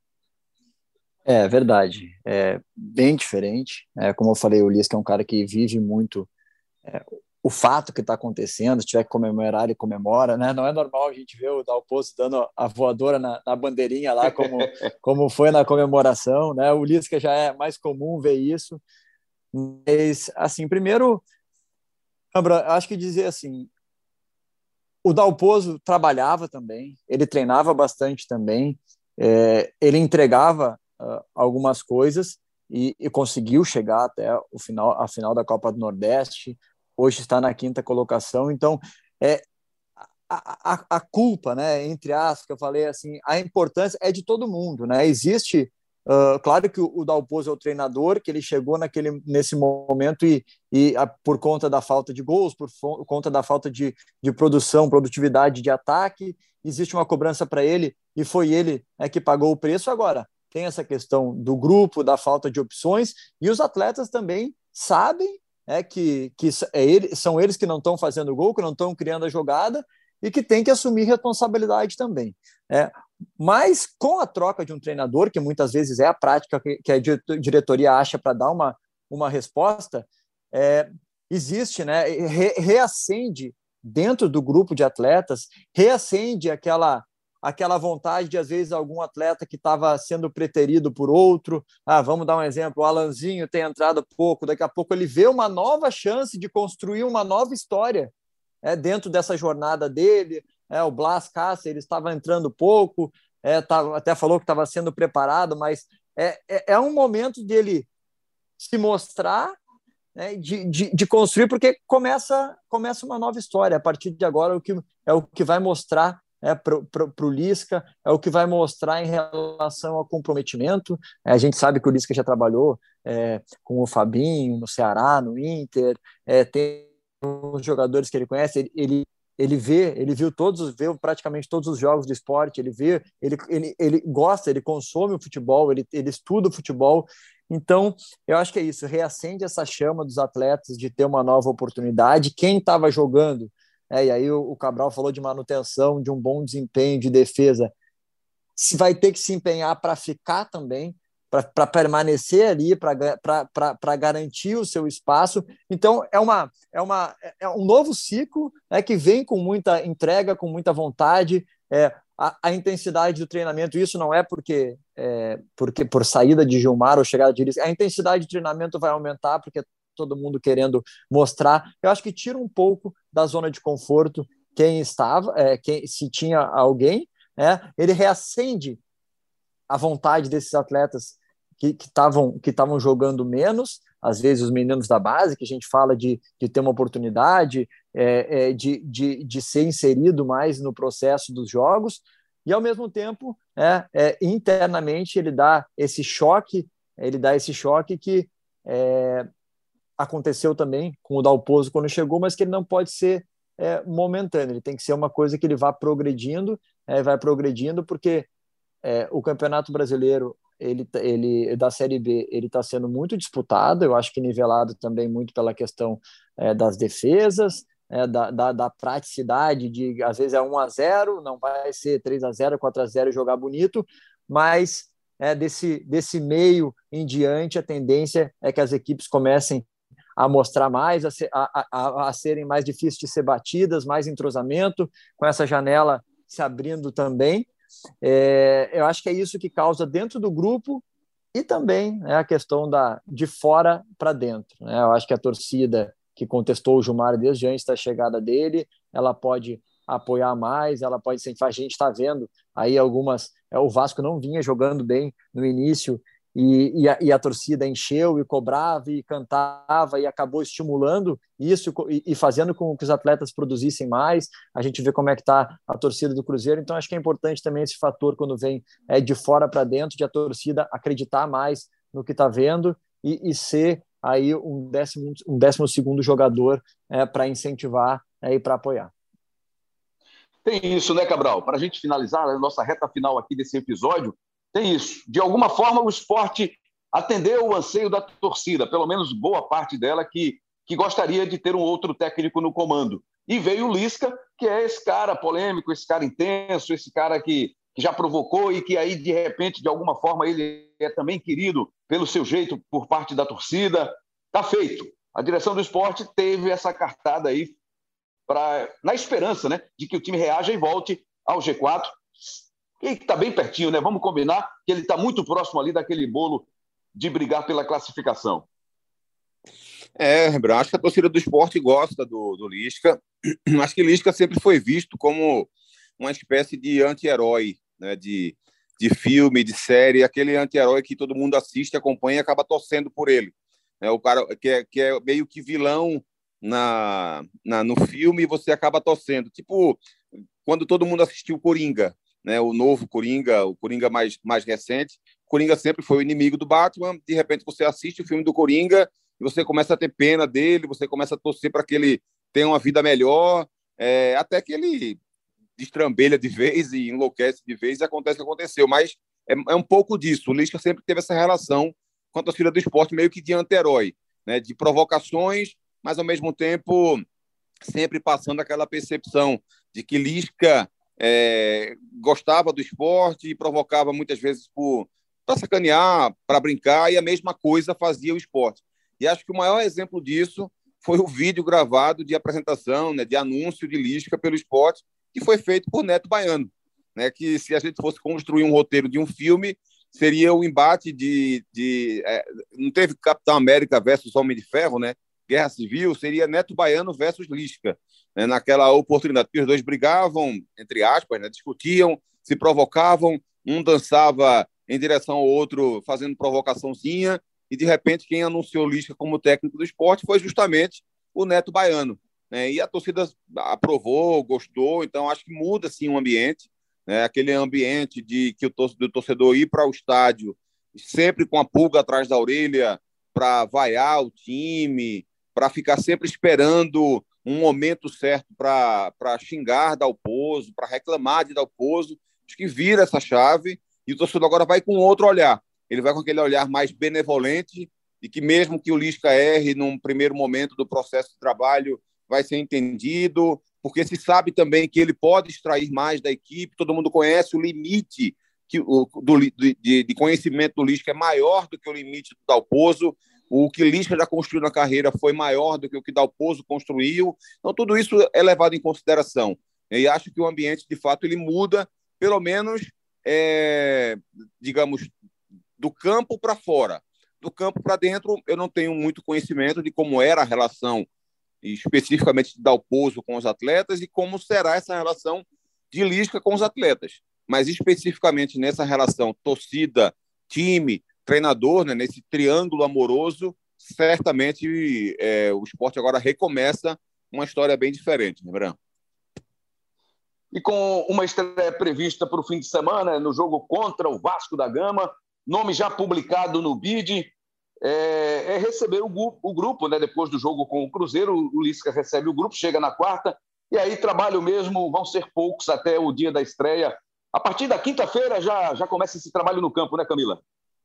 É verdade, é bem diferente. É, como eu falei, o Lisca é um cara que vive muito é, o fato que está acontecendo. Se tiver que comemorar, ele comemora, né? Não é normal a gente ver o Dalpozo dando a voadora na, na bandeirinha lá, como, como foi na comemoração, né? O Lisca já é mais comum ver isso. Mas, assim, primeiro, acho que dizer assim, o Dalpozo trabalhava também, ele treinava bastante também, é, ele entregava uh, algumas coisas e, e conseguiu chegar até o final, a final da Copa do Nordeste. Hoje está na quinta colocação, então é, a, a, a culpa, né, entre aspas, que eu falei assim, a importância é de todo mundo, né? Existe, uh, claro que o, o Dalpozo é o treinador, que ele chegou naquele, nesse momento e, e a, por conta da falta de gols, por fo- conta da falta de, de produção, produtividade de ataque, existe uma cobrança para ele e foi ele é, que pagou o preço. Agora, tem essa questão do grupo, da falta de opções, e os atletas também sabem é que, que é ele, são eles que não estão fazendo gol, que não estão criando a jogada e que tem que assumir responsabilidade também. É, mas com a troca de um treinador, que muitas vezes é a prática que, que a diretoria acha para dar uma, uma resposta, é, existe, né, re, reacende dentro do grupo de atletas, reacende aquela aquela vontade de, às vezes, algum atleta que estava sendo preterido por outro. Ah, vamos dar um exemplo, o Alanzinho tem entrado pouco, daqui a pouco ele vê uma nova chance de construir uma nova história é, dentro dessa jornada dele. É, o Blas Cássio, ele estava entrando pouco, é, tá, até falou que estava sendo preparado, mas é, é, é um momento dele se mostrar, né, de, de, de construir, porque começa, começa uma nova história. A partir de agora, o que, é o que vai mostrar É, para o Lisca, é o que vai mostrar em relação ao comprometimento. É, a gente sabe que o Lisca já trabalhou é, com o Fabinho no Ceará, no Inter, é, tem os jogadores que ele conhece, ele, ele, ele vê, ele viu todos, vê praticamente todos os jogos do esporte, ele vê, ele, ele, ele gosta, ele consome o futebol, ele, ele estuda o futebol. Então, eu acho que é isso, reacende essa chama dos atletas de ter uma nova oportunidade. Quem estava jogando, É, e aí o, o Cabral falou de manutenção, de um bom desempenho de defesa. Se vai ter que se empenhar para ficar também, para permanecer ali, para garantir o seu espaço. Então, é, uma, é, uma, é um novo ciclo, né, que vem com muita entrega, com muita vontade. É, a, a intensidade do treinamento, isso não é porque, é porque por saída de Gilmar ou chegada de Iris, a intensidade de treinamento vai aumentar porque todo mundo querendo mostrar. Eu acho que tira um pouco da zona de conforto quem estava, é, quem, se tinha alguém, né, ele reacende a vontade desses atletas que estavam que estavam jogando menos, às vezes os meninos da base, que a gente fala de, de ter uma oportunidade, é, é, de, de, de ser inserido mais no processo dos jogos, e ao mesmo tempo, é, é, internamente, ele dá esse choque, ele dá esse choque que é, aconteceu também com o Dalpozo quando chegou, mas que ele não pode ser é, momentâneo, ele tem que ser uma coisa que ele vá progredindo, é, vai progredindo, porque é, o Campeonato Brasileiro, ele, ele da Série B, ele está sendo muito disputado, eu acho que nivelado também muito pela questão é, das defesas, é, da, da, da praticidade, de às vezes é um a zero, não vai ser três a zero, quatro a zero jogar bonito, mas é, desse, desse meio em diante a tendência é que as equipes comecem a mostrar mais, a, ser, a, a, a serem mais difíceis de ser batidas, mais entrosamento, com essa janela se abrindo também. É, eu acho que é isso que causa dentro do grupo e também né, a questão da, de fora para dentro. Né? Eu acho que a torcida que contestou o Gilmar desde antes da chegada dele, ela pode apoiar mais, ela pode incentivar. A gente está vendo aí algumas... É, o Vasco não vinha jogando bem no início e, e, a, e a torcida encheu e cobrava e cantava e acabou estimulando isso e, e fazendo com que os atletas produzissem mais. A gente vê como é que está a torcida do Cruzeiro, então acho que é importante também esse fator quando vem é, de fora para dentro, de a torcida acreditar mais no que está vendo e, e ser aí um décimo, um décimo segundo jogador é, para incentivar é, e para apoiar. Tem isso, né, Cabral? Para a gente finalizar a nossa reta final aqui desse episódio, tem isso. De alguma forma, o Sport atendeu o anseio da torcida, pelo menos boa parte dela, que, que gostaria de ter um outro técnico no comando. E veio o Lisca, que é esse cara polêmico, esse cara intenso, esse cara que, que já provocou e que aí, de repente, de alguma forma, ele é também querido pelo seu jeito por parte da torcida. Está feito. A direção do Sport teve essa cartada aí pra, na esperança, né, de que o time reaja e volte ao G quatro. E está bem pertinho, né? Vamos combinar que ele está muito próximo ali daquele bolo de brigar pela classificação. É, Rembrandt, acho que a torcida do Sport gosta do, do Lisca. Acho que Lisca sempre foi visto como uma espécie de anti-herói, né? de, de filme, de série, aquele anti-herói que todo mundo assiste, acompanha e acaba torcendo por ele. É, o cara que é, que é meio que vilão na, na, no filme e você acaba torcendo. Tipo, quando todo mundo assistiu Coringa, né, o novo Coringa, o Coringa mais, mais recente, o Coringa sempre foi o inimigo do Batman, de repente você assiste o filme do Coringa e você começa a ter pena dele, você começa a torcer para que ele tenha uma vida melhor, é, até que ele destrambelha de vez e enlouquece de vez e acontece o que aconteceu, mas é, é um pouco disso. O Lisca sempre teve essa relação com a torcida do Sport meio que de anti-herói, né, de provocações, mas ao mesmo tempo sempre passando aquela percepção de que Lisca É, gostava do esporte e provocava muitas vezes para sacanear, para brincar, e a mesma coisa fazia o esporte. E acho que o maior exemplo disso foi o vídeo gravado de apresentação, né, de anúncio de Lisca pelo esporte, que foi feito por Neto Baiano, né, que se a gente fosse construir um roteiro de um filme, seria o embate de... de é, não teve Capitão América versus Homem de Ferro, né? Guerra Civil, seria Neto Baiano versus Lisca, né, naquela oportunidade, que os dois brigavam, entre aspas, né, discutiam, se provocavam, um dançava em direção ao outro, fazendo provocaçãozinha, e de repente quem anunciou Lisca como técnico do esporte foi justamente o Neto Baiano, né, e a torcida aprovou, gostou, então acho que muda sim o ambiente, né, aquele ambiente de que o torcedor, do torcedor ir para o estádio sempre com a pulga atrás da orelha para vaiar o time, para ficar sempre esperando um momento certo para xingar Dalpozo, para reclamar de Dalpozo. Acho que vira essa chave e o torcedor agora vai com outro olhar. Ele vai com aquele olhar mais benevolente e que mesmo que o Lisca erre num primeiro momento do processo de trabalho, vai ser entendido, porque se sabe também que ele pode extrair mais da equipe, todo mundo conhece o limite que, o, do, de, de conhecimento do Lisca é maior do que o limite do Dalpozo. O que Lisca já construiu na carreira foi maior do que o que Dalpozo construiu. Então, tudo isso é levado em consideração. E acho que o ambiente, de fato, ele muda, pelo menos, é, digamos, do campo para fora. Do campo para dentro, eu não tenho muito conhecimento de como era a relação, especificamente de Dalpozo com os atletas, e como será essa relação de Lisca com os atletas. Mas, especificamente nessa relação torcida-time, treinador, né, nesse triângulo amoroso, certamente é, o esporte agora recomeça uma história bem diferente, né, Bran? E com uma estreia prevista para o fim de semana, no jogo contra o Vasco da Gama, nome já publicado no B I D, é, é receber o, o grupo, né, depois do jogo com o Cruzeiro, o Lisca recebe o grupo, chega na quarta, e aí trabalho mesmo, vão ser poucos até o dia da estreia. A partir da quinta-feira já, já começa esse trabalho no campo, né, Camila?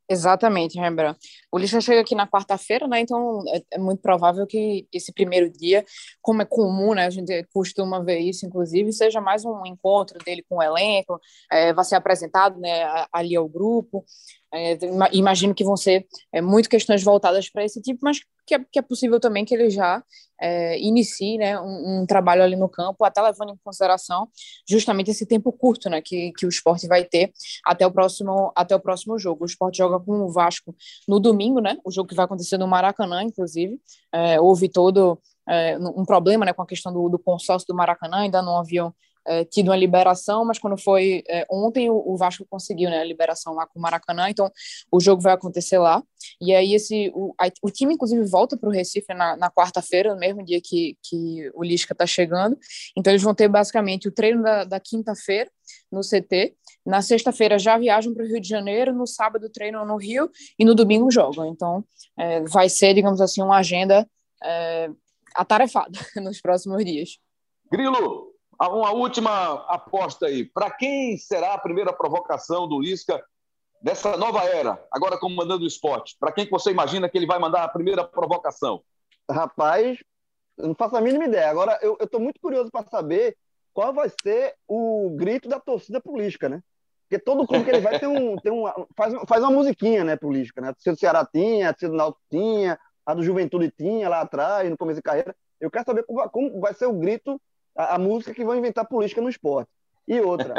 Exatamente, Rembrandt. O Lisca chega aqui na quarta-feira, né? Então é, é muito provável que esse primeiro dia, como é comum, né? A gente costuma ver isso, inclusive, seja mais um encontro dele com o elenco, é, vai ser apresentado, né, ali ao grupo. É, imagino que vão ser é, muito questões voltadas para esse tipo, mas que é, que é possível também que ele já é, inicie, né, um, um trabalho ali no campo, até levando em consideração justamente esse tempo curto, né, que, que o Sport vai ter até o próximo, até o próximo jogo. O Sport joga com o Vasco no domingo, né, o jogo que vai acontecer no Maracanã, inclusive. É, houve todo é, um problema, né, com a questão do, do consórcio do Maracanã, ainda não haviam É, tido uma liberação, mas quando foi é, ontem o, o Vasco conseguiu, né, a liberação lá com o Maracanã, então o jogo vai acontecer lá, e aí esse, o, a, o time inclusive volta para o Recife na, na quarta-feira, no mesmo dia que, que o Lisca está chegando, então eles vão ter basicamente o treino da, da quinta-feira no C T, na sexta-feira já viajam para o Rio de Janeiro, no sábado treinam no Rio e no domingo jogam, então é, vai ser, digamos assim, uma agenda é, atarefada nos próximos dias. Grilo, uma última aposta aí. Para quem será a primeira provocação do Lisca dessa nova era, agora comandando o Sport? Para quem que você imagina que ele vai mandar a primeira provocação? Rapaz, eu não faço a mínima ideia. Agora, eu estou muito curioso para saber qual vai ser o grito da torcida pro Lisca, né? Porque todo clube que ele vai tem um, tem um, faz, faz uma musiquinha, né, pro Lisca, né? A torcida do Ceará tinha, a torcida do Náutico tinha, a do Juventude tinha lá atrás, no começo de carreira. Eu quero saber como, como vai ser o grito, A, a música que vão inventar política no esporte. E outra,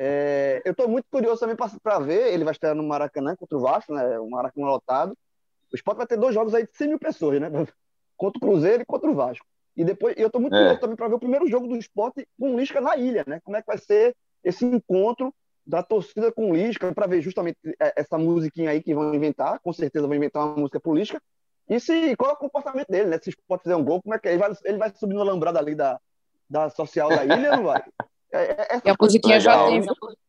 é, eu estou muito curioso também para ver, ele vai estar no Maracanã contra o Vasco, né, o Maracanã lotado. O esporte vai ter dois jogos aí de cem mil pessoas, né, contra o Cruzeiro e contra o Vasco. E depois, eu estou muito é. curioso também para ver o primeiro jogo do esporte com o Lisca na ilha, né, como é que vai ser esse encontro da torcida com o Lisca, para ver justamente essa musiquinha aí que vão inventar, com certeza vão inventar uma música pro Lisca, e se, qual é o comportamento dele, né, se o esporte fizer um gol, como é que é? Ele vai, ele vai subir no alambrado ali da da social da ilha, não vai? É, e a musiquinha legal. Já tem.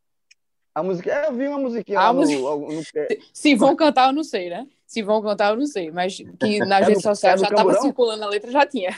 A música, eu vi uma musiquinha a lá music... no, no... Se vão cantar, eu não sei, né? Se vão cantar, eu não sei. Mas que nas é redes do, sociais é já estava circulando a letra, já tinha.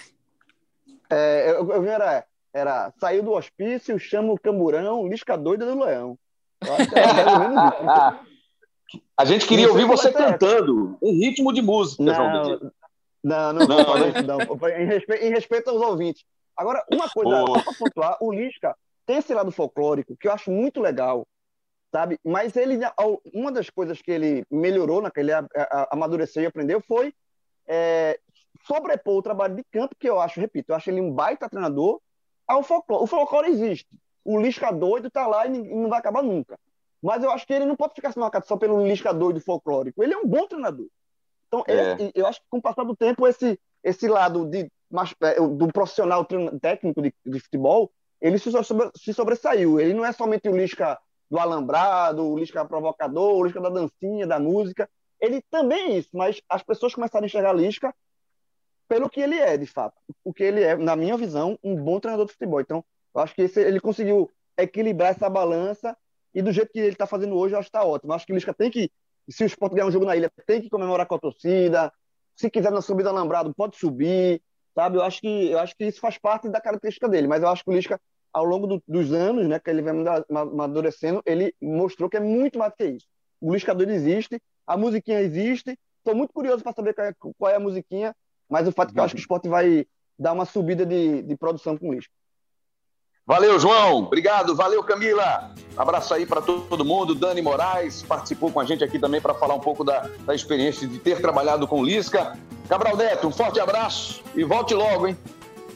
É, eu, eu vi, era, era saiu do hospício, chama o camburão, Lisca doida do leão. Eu acho que era mais ou menos isso. A gente queria ouvir você cantando, em ritmo de música, não, João Não, não, não, não, não, não. Em, respeito, em respeito aos ouvintes. Agora, uma coisa, só para pontuar, o Lisca tem esse lado folclórico que eu acho muito legal, sabe? Mas ele, uma das coisas que ele melhorou, né, que ele amadureceu e aprendeu, foi é, sobrepor o trabalho de campo, que eu acho, repito, eu acho ele um baita treinador, ao folclore. O folclore existe. O Lisca doido tá lá e não vai acabar nunca. Mas eu acho que ele não pode ficar se marcado só pelo Lisca doido folclórico. Ele é um bom treinador. Então, é. esse, eu acho que com o passar do tempo, esse, esse lado de Mas, do profissional técnico de, de futebol, ele se, sobre, se sobressaiu. Ele não é somente o Lisca do alambrado, o Lisca provocador, o Lisca da dancinha, da música. Ele também é isso, mas as pessoas começaram a enxergar Lisca pelo que ele é, de fato. O que ele é, na minha visão, um bom treinador de futebol. Então, eu acho que esse, ele conseguiu equilibrar essa balança e do jeito que ele está fazendo hoje, eu acho que está ótimo. Eu acho que o Lisca tem que, se o Sport ganhar um jogo na ilha, tem que comemorar com a torcida. Se quiser na subida alambrado, pode subir. Sabe, eu acho que eu acho que isso faz parte da característica dele, mas eu acho que o Lisca, ao longo do, dos anos, né, que ele vai amadurecendo, ele mostrou que é muito mais do que isso. O Lisca doido existe, a musiquinha existe. Estou muito curioso para saber qual é, qual é a musiquinha, mas o fato é que eu acho que o Sport vai dar uma subida de, de produção com o Lisca. Valeu, João. Obrigado. Valeu, Camila. Abraço aí para todo mundo. Dani Moraes participou com a gente aqui também para falar um pouco da, da experiência de ter trabalhado com o Lisca. Cabral Neto, um forte abraço e volte logo, hein?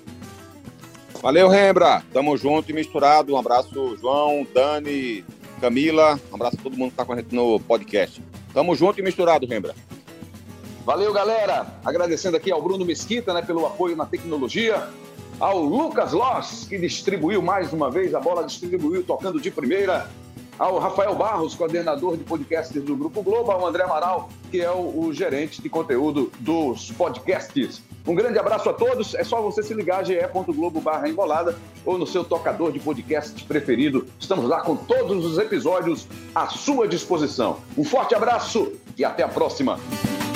Valeu, Rembra. Tamo junto e misturado. Um abraço, João, Dani, Camila. Um abraço a todo mundo que tá com a gente no podcast. Tamo junto e misturado, Rembra. Valeu, galera. Agradecendo aqui ao Bruno Mesquita, né, pelo apoio na tecnologia. Ao Lucas Loss, que distribuiu mais uma vez, a bola distribuiu tocando de primeira. Ao Rafael Barros, coordenador de podcasts do Grupo Globo. Ao André Amaral, que é o, o gerente de conteúdo dos podcasts. Um grande abraço a todos. É só você se ligar, ge ponto globo barra embolada ou no seu tocador de podcast preferido. Estamos lá com todos os episódios à sua disposição. Um forte abraço e até a próxima.